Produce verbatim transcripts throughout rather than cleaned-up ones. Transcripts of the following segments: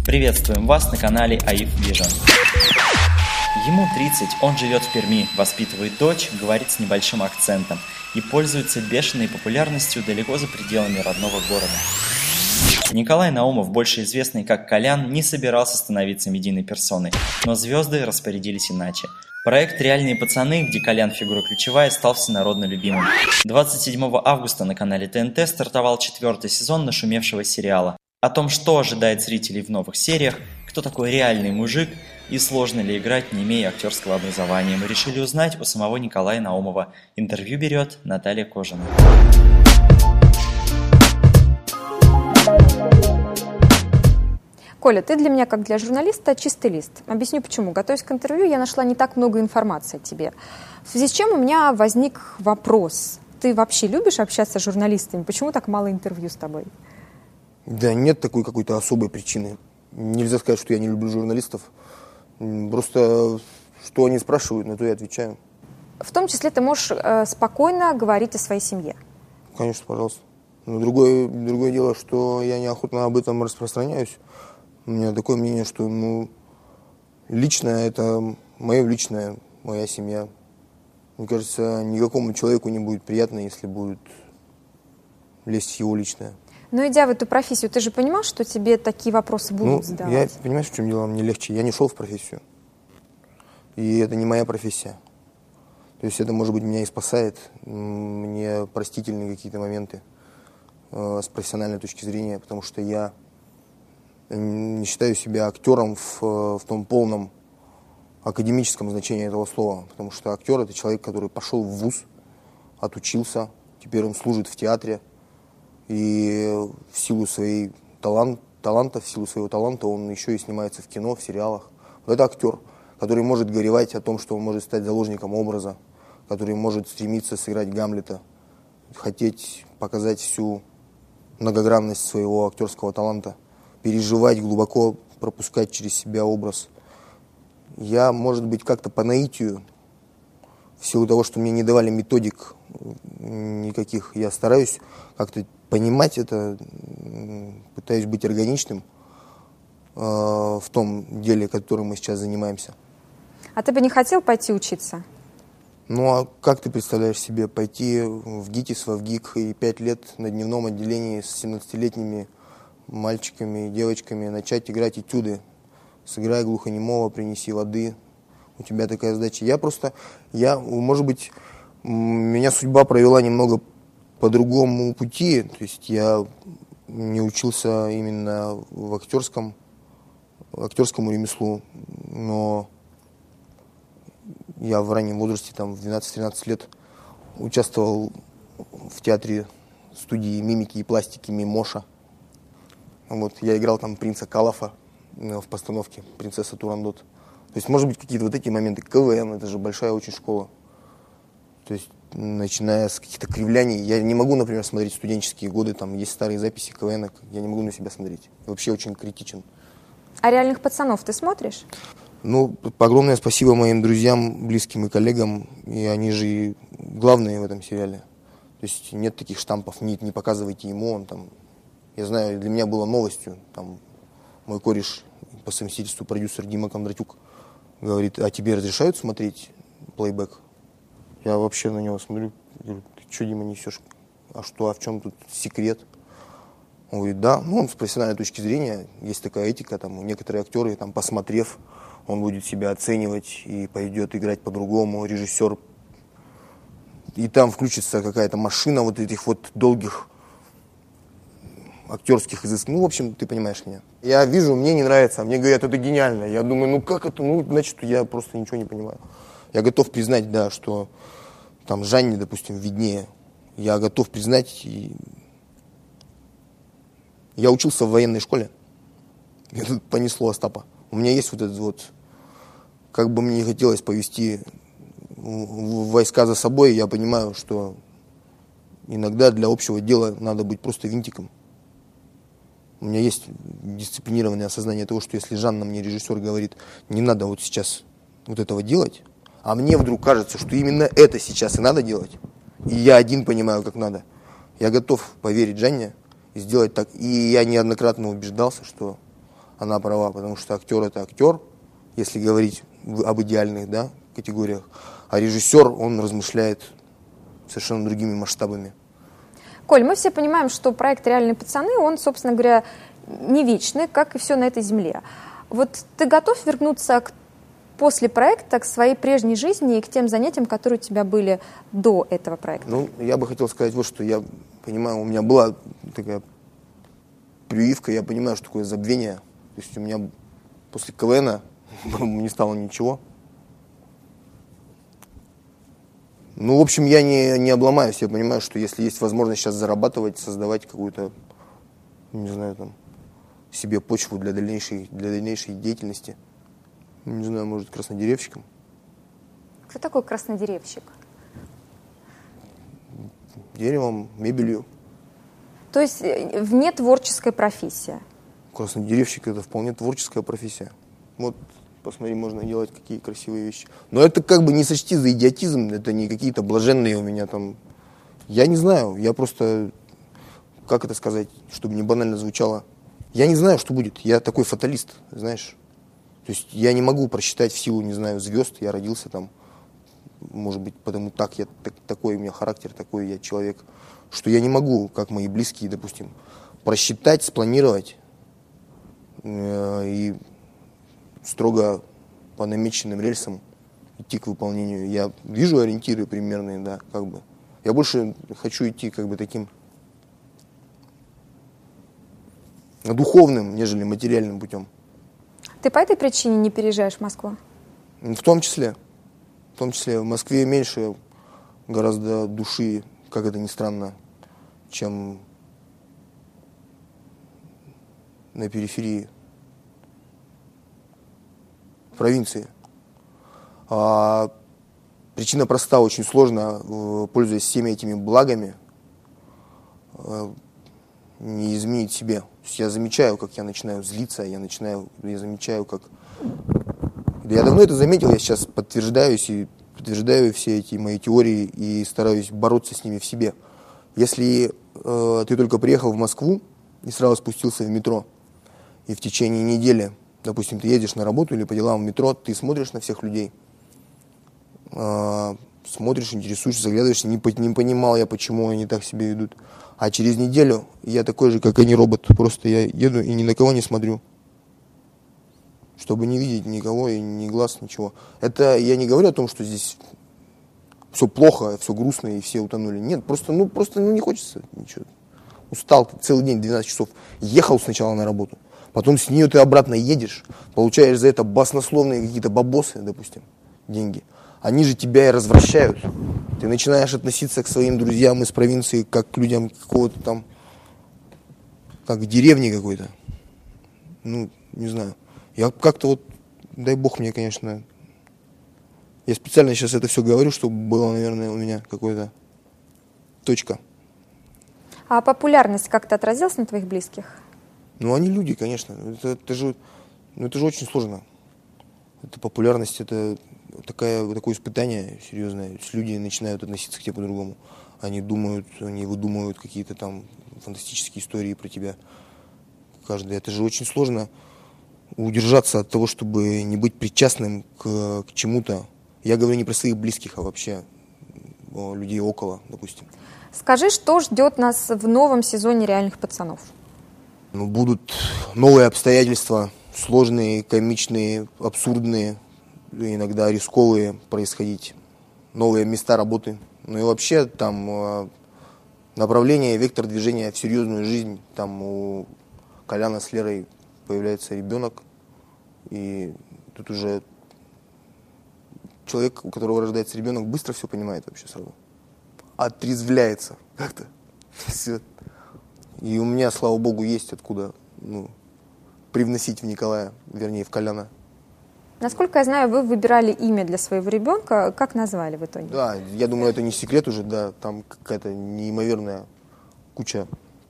Приветствуем вас на канале АИФ Vision. Ему тридцать, он живет в Перми, воспитывает дочь, говорит с небольшим акцентом и пользуется бешеной популярностью далеко за пределами родного города. Николай Наумов, больше известный как Колян, не собирался становиться медийной персоной, но звезды распорядились иначе. Проект «Реальные пацаны», где Колян фигура ключевая, стал всенародно любимым. двадцать седьмого августа на канале ТНТ стартовал четвертый сезон нашумевшего сериала. О том, что ожидает зрителей в новых сериях, кто такой реальный мужик и сложно ли играть, не имея актерского образования, мы решили узнать у самого Николая Наумова. Интервью берет Наталья Кожина. Коля, ты для меня, как для журналиста, чистый лист. Объясню почему. Готовясь к интервью, я нашла не так много информации о тебе. В связи с чем у меня возник вопрос. Ты вообще любишь общаться с журналистами? Почему так мало интервью с тобой? Да нет такой какой-то особой причины. Нельзя сказать, что я не люблю журналистов. Просто что они спрашивают, на то я отвечаю. В том числе ты можешь э, спокойно говорить о своей семье. Конечно, пожалуйста. Но другое, другое дело, что я неохотно об этом распространяюсь. У меня такое мнение, что ну, личное – это мое личное, моя семья. Мне кажется, никакому человеку не будет приятно, если будет лезть в его личное. Но идя в эту профессию, ты же понимал, что тебе такие вопросы будут ну, задавать? Я, понимаешь, в чем дело? Мне легче. Я не шел в профессию. И это не моя профессия. То есть это, может быть, меня и спасает. Мне простительны какие-то моменты э, с профессиональной точки зрения, потому что я не считаю себя актером в, в том полном академическом значении этого слова. Потому что актер – это человек, который пошел в вуз, отучился, теперь он служит в театре. И в силу своей талант, таланта, в силу своего таланта он еще и снимается в кино, в сериалах. Вот это актер, который может горевать о том, что он может стать заложником образа, который может стремиться сыграть Гамлета, хотеть показать всю многогранность своего актерского таланта, переживать глубоко, пропускать через себя образ. Я, может быть, как-то по наитию, в силу того, что мне не давали методик никаких, я стараюсь как-то понимать это, пытаюсь быть органичным э, в том деле, которым мы сейчас занимаемся. А ты бы не хотел пойти учиться? Ну, а как ты представляешь себе пойти в ГИТИС, в ВГИК и пять лет на дневном отделении с семнадцатилетними мальчиками и девочками начать играть этюды? Сыграй глухонемого, принеси воды. У тебя такая задача. Я просто, я, может быть, меня судьба провела немного по другому пути. То есть я не учился именно в актерском, актерскому ремеслу, но я в раннем возрасте, там, в двенадцать-тринадцать лет, участвовал в театре студии мимики и пластики «Мимоша». Вот, я играл там принца Калафа в постановке «Принцесса Турандот». То есть, может быть, какие-то вот эти моменты. КВН, это же большая очень школа. То есть, начиная с каких-то кривляний. Я не могу, например, смотреть студенческие годы, там есть старые записи КВН, я не могу на себя смотреть. Вообще очень критичен. А «Реальных пацанов» ты смотришь? Ну, огромное спасибо моим друзьям, близким и коллегам. И они же и главные в этом сериале. То есть, нет таких штампов, не, не показывайте ему, он там... Я знаю, для меня было новостью, там, мой кореш по совместительству продюсер Дима Кондратюк говорит, а тебе разрешают смотреть плейбэк? Я вообще на него смотрю, говорю, ты что, Дима, несешь? А что, а в чем тут секрет? Он говорит, да, ну, с профессиональной точки зрения есть такая этика, там, некоторые актеры, там, посмотрев, он будет себя оценивать и пойдет играть по-другому, режиссер. И там включится какая-то машина вот этих вот долгих актерских изысков. Ну, в общем, ты понимаешь меня. Я вижу, мне не нравится, а мне говорят, это гениально. Я думаю, ну как это? Ну, значит, я просто ничего не понимаю. Я готов признать, да, что там Жанне, допустим, виднее. Я готов признать. И... Я учился в военной школе. Мне тут понесло Остапа. У меня есть вот этот вот... Как бы мне не хотелось повести войска за собой, я понимаю, что иногда для общего дела надо быть просто винтиком. У меня есть дисциплинированное осознание того, что если Жанна, мне режиссер, говорит, не надо вот сейчас вот этого делать, а мне вдруг кажется, что именно это сейчас и надо делать, и я один понимаю, как надо, я готов поверить Жанне и сделать так. И я неоднократно убеждался, что она права, потому что актер – это актер, если говорить в, об идеальных, да, категориях, а режиссер, он размышляет совершенно другими масштабами. Коль, мы все понимаем, что проект «Реальные пацаны», он, собственно говоря, не вечный, как и все на этой земле. Вот ты готов вернуться к, после проекта к своей прежней жизни и к тем занятиям, которые у тебя были до этого проекта? Ну, я бы хотел сказать вот что. Я понимаю, у меня была такая прививка, я понимаю, что такое забвение. То есть у меня после КВНа не стало ничего. Ну, в общем, я не, не обломаюсь. Я понимаю, что если есть возможность сейчас зарабатывать, создавать какую-то, не знаю, там, себе почву для дальнейшей, для дальнейшей деятельности, не знаю, может, краснодеревщиком. Кто такой краснодеревщик? Деревом, мебелью. То есть вне творческая профессия? Краснодеревщик – это вполне творческая профессия. Вот, посмотри, можно делать какие красивые вещи. Но это как бы не сочти за идиотизм, это не какие-то блаженные у меня там. Я не знаю, я просто, как это сказать, чтобы не банально звучало. Я не знаю, что будет. Я такой фаталист, знаешь. То есть я не могу просчитать в силу, не знаю, звезд. Я родился там, может быть, потому так я так, такой у меня характер, такой я человек, что я не могу, как мои близкие, допустим, просчитать, спланировать э, и строго по намеченным рельсам идти к выполнению. Я вижу ориентиры примерные, да, как бы. Я больше хочу идти как бы таким духовным, нежели материальным путем. Ты по этой причине не переезжаешь в Москву? В том числе. В том числе. В Москве меньше гораздо души, как это ни странно, чем на периферии, в провинции. А причина проста, очень сложно, пользуясь всеми этими благами, не изменить себе. То есть я замечаю, как я начинаю злиться, я начинаю, я замечаю, как... Да я давно это заметил, я сейчас подтверждаюсь и подтверждаю все эти мои теории и стараюсь бороться с ними в себе. Если э, ты только приехал в Москву и сразу спустился в метро, и в течение недели, допустим, ты едешь на работу или по делам в метро, ты смотришь на всех людей, э, смотришь, интересуешься, заглядываешься, не, не понимал я, почему они так себя ведут. А через неделю я такой же, как они, робот. Просто я еду и ни на кого не смотрю. Чтобы не видеть никого, и ни глаз, ничего. Это я не говорю о том, что здесь все плохо, все грустно и все утонули. Нет, просто, ну, просто ну, не хочется ничего. Устал ты целый день, двенадцать часов. Ехал сначала на работу. Потом с нее ты обратно едешь. Получаешь за это баснословные какие-то бабосы, допустим, деньги. Они же тебя и развращают. Ты начинаешь относиться к своим друзьям из провинции как к людям какого-то там, как к деревне какой-то. Ну, не знаю. Я как-то вот, дай бог мне, конечно, я специально сейчас это все говорю, чтобы было, наверное, у меня какая-то точка. А популярность как-то отразилась на твоих близких? Ну, они люди, конечно. Это, это, же, ну, это же очень сложно. Это популярность, это такая, такое испытание серьезное. Люди начинают относиться к тебе по-другому. Они думают, они выдумывают какие-то там фантастические истории про тебя. Каждый. Это же очень сложно удержаться от того, чтобы не быть причастным к, к чему-то. Я говорю не про своих близких, а вообще о людей около, допустим. Скажи, что ждет нас в новом сезоне «Реальных пацанов»? Ну, будут новые обстоятельства, сложные, комичные, абсурдные, иногда рисковые происходить, новые места работы. Ну и вообще там направление, вектор движения в серьезную жизнь. Там у Коляна с Лерой появляется ребенок, и тут уже человек, у которого рождается ребенок, быстро все понимает вообще сразу. Отрезвляется как-то. Все. И у меня, слава богу, есть откуда ну, привносить в Николая, вернее, в Коляна. Насколько я знаю, вы выбирали имя для своего ребенка. Как назвали в итоге? Да, я думаю, это не секрет уже, да, там какая-то неимоверная куча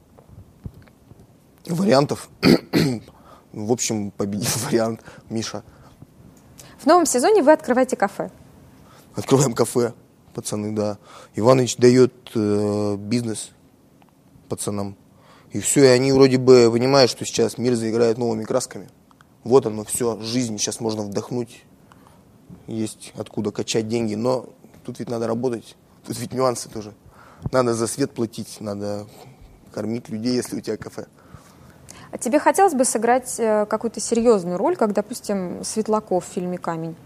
вариантов. В общем, победил вариант Миша. В новом сезоне вы открываете кафе. Открываем кафе, пацаны, да. Иваныч дает э, бизнес пацанам. И все, и они вроде бы понимают, что сейчас мир заиграет новыми красками. Вот оно все, жизнь, сейчас можно вдохнуть, есть откуда качать деньги, но тут ведь надо работать, тут ведь нюансы тоже. Надо за свет платить, надо кормить людей, если у тебя кафе. А тебе хотелось бы сыграть какую-то серьезную роль, как, допустим, Светлаков в фильме «Камень»?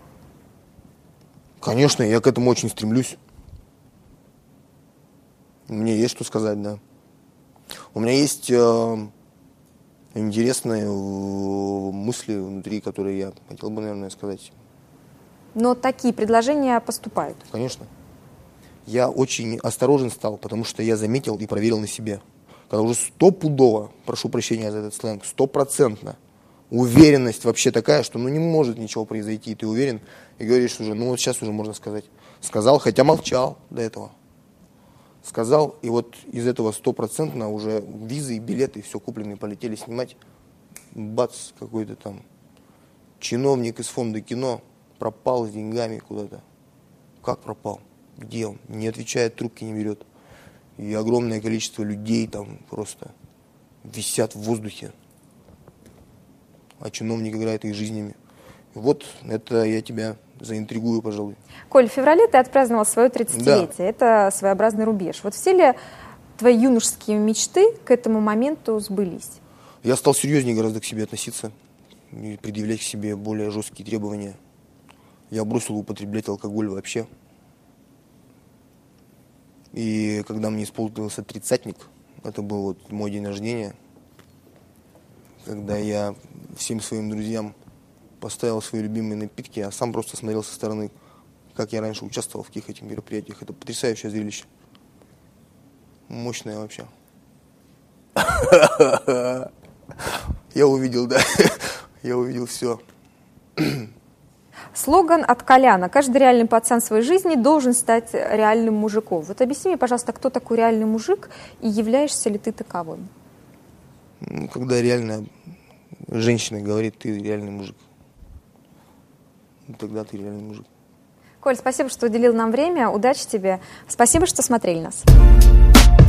Конечно, я к этому очень стремлюсь. Мне есть что сказать, да. У меня есть э, интересные э, мысли внутри, которые я хотел бы, наверное, сказать. Но такие предложения поступают? Конечно. Я очень осторожен стал, потому что я заметил и проверил на себе. Когда уже стопудово, прошу прощения за этот сленг, стопроцентно уверенность вообще такая, что ну не может ничего произойти, ты уверен, и говоришь уже, ну вот сейчас уже можно сказать. Сказал, хотя молчал до этого. Сказал, и вот из этого стопроцентно уже визы и билеты, все купленные, полетели снимать. Бац, какой-то там чиновник из фонда кино пропал с деньгами куда-то. Как пропал? Где он? Не отвечает, трубки не берет. И огромное количество людей там просто висят в воздухе. А чиновник играет их жизнями. И вот это я тебя заинтригую, пожалуй. Коль, в феврале ты отпраздновал свое тридцатилетие. Да. Это своеобразный рубеж. Вот все ли твои юношеские мечты к этому моменту сбылись? Я стал серьезнее гораздо к себе относиться и предъявлять к себе более жесткие требования. Я бросил употреблять алкоголь вообще. И когда мне исполнился тридцатник, это был вот мой день рождения, когда я всем своим друзьям поставил свои любимые напитки, а сам просто смотрел со стороны, как я раньше участвовал в каких этих мероприятиях. Это потрясающее зрелище. Мощное вообще. Я увидел, да. Я увидел все. Слоган от Коляна: каждый реальный пацан в своей жизни должен стать реальным мужиком. Вот объясни мне, пожалуйста, кто такой реальный мужик и являешься ли ты таковым? Когда реально женщина говорит, ты реальный мужик, тогда ты реальный мужик. Коль, спасибо, что уделил нам время. Удачи тебе. Спасибо, что смотрели нас.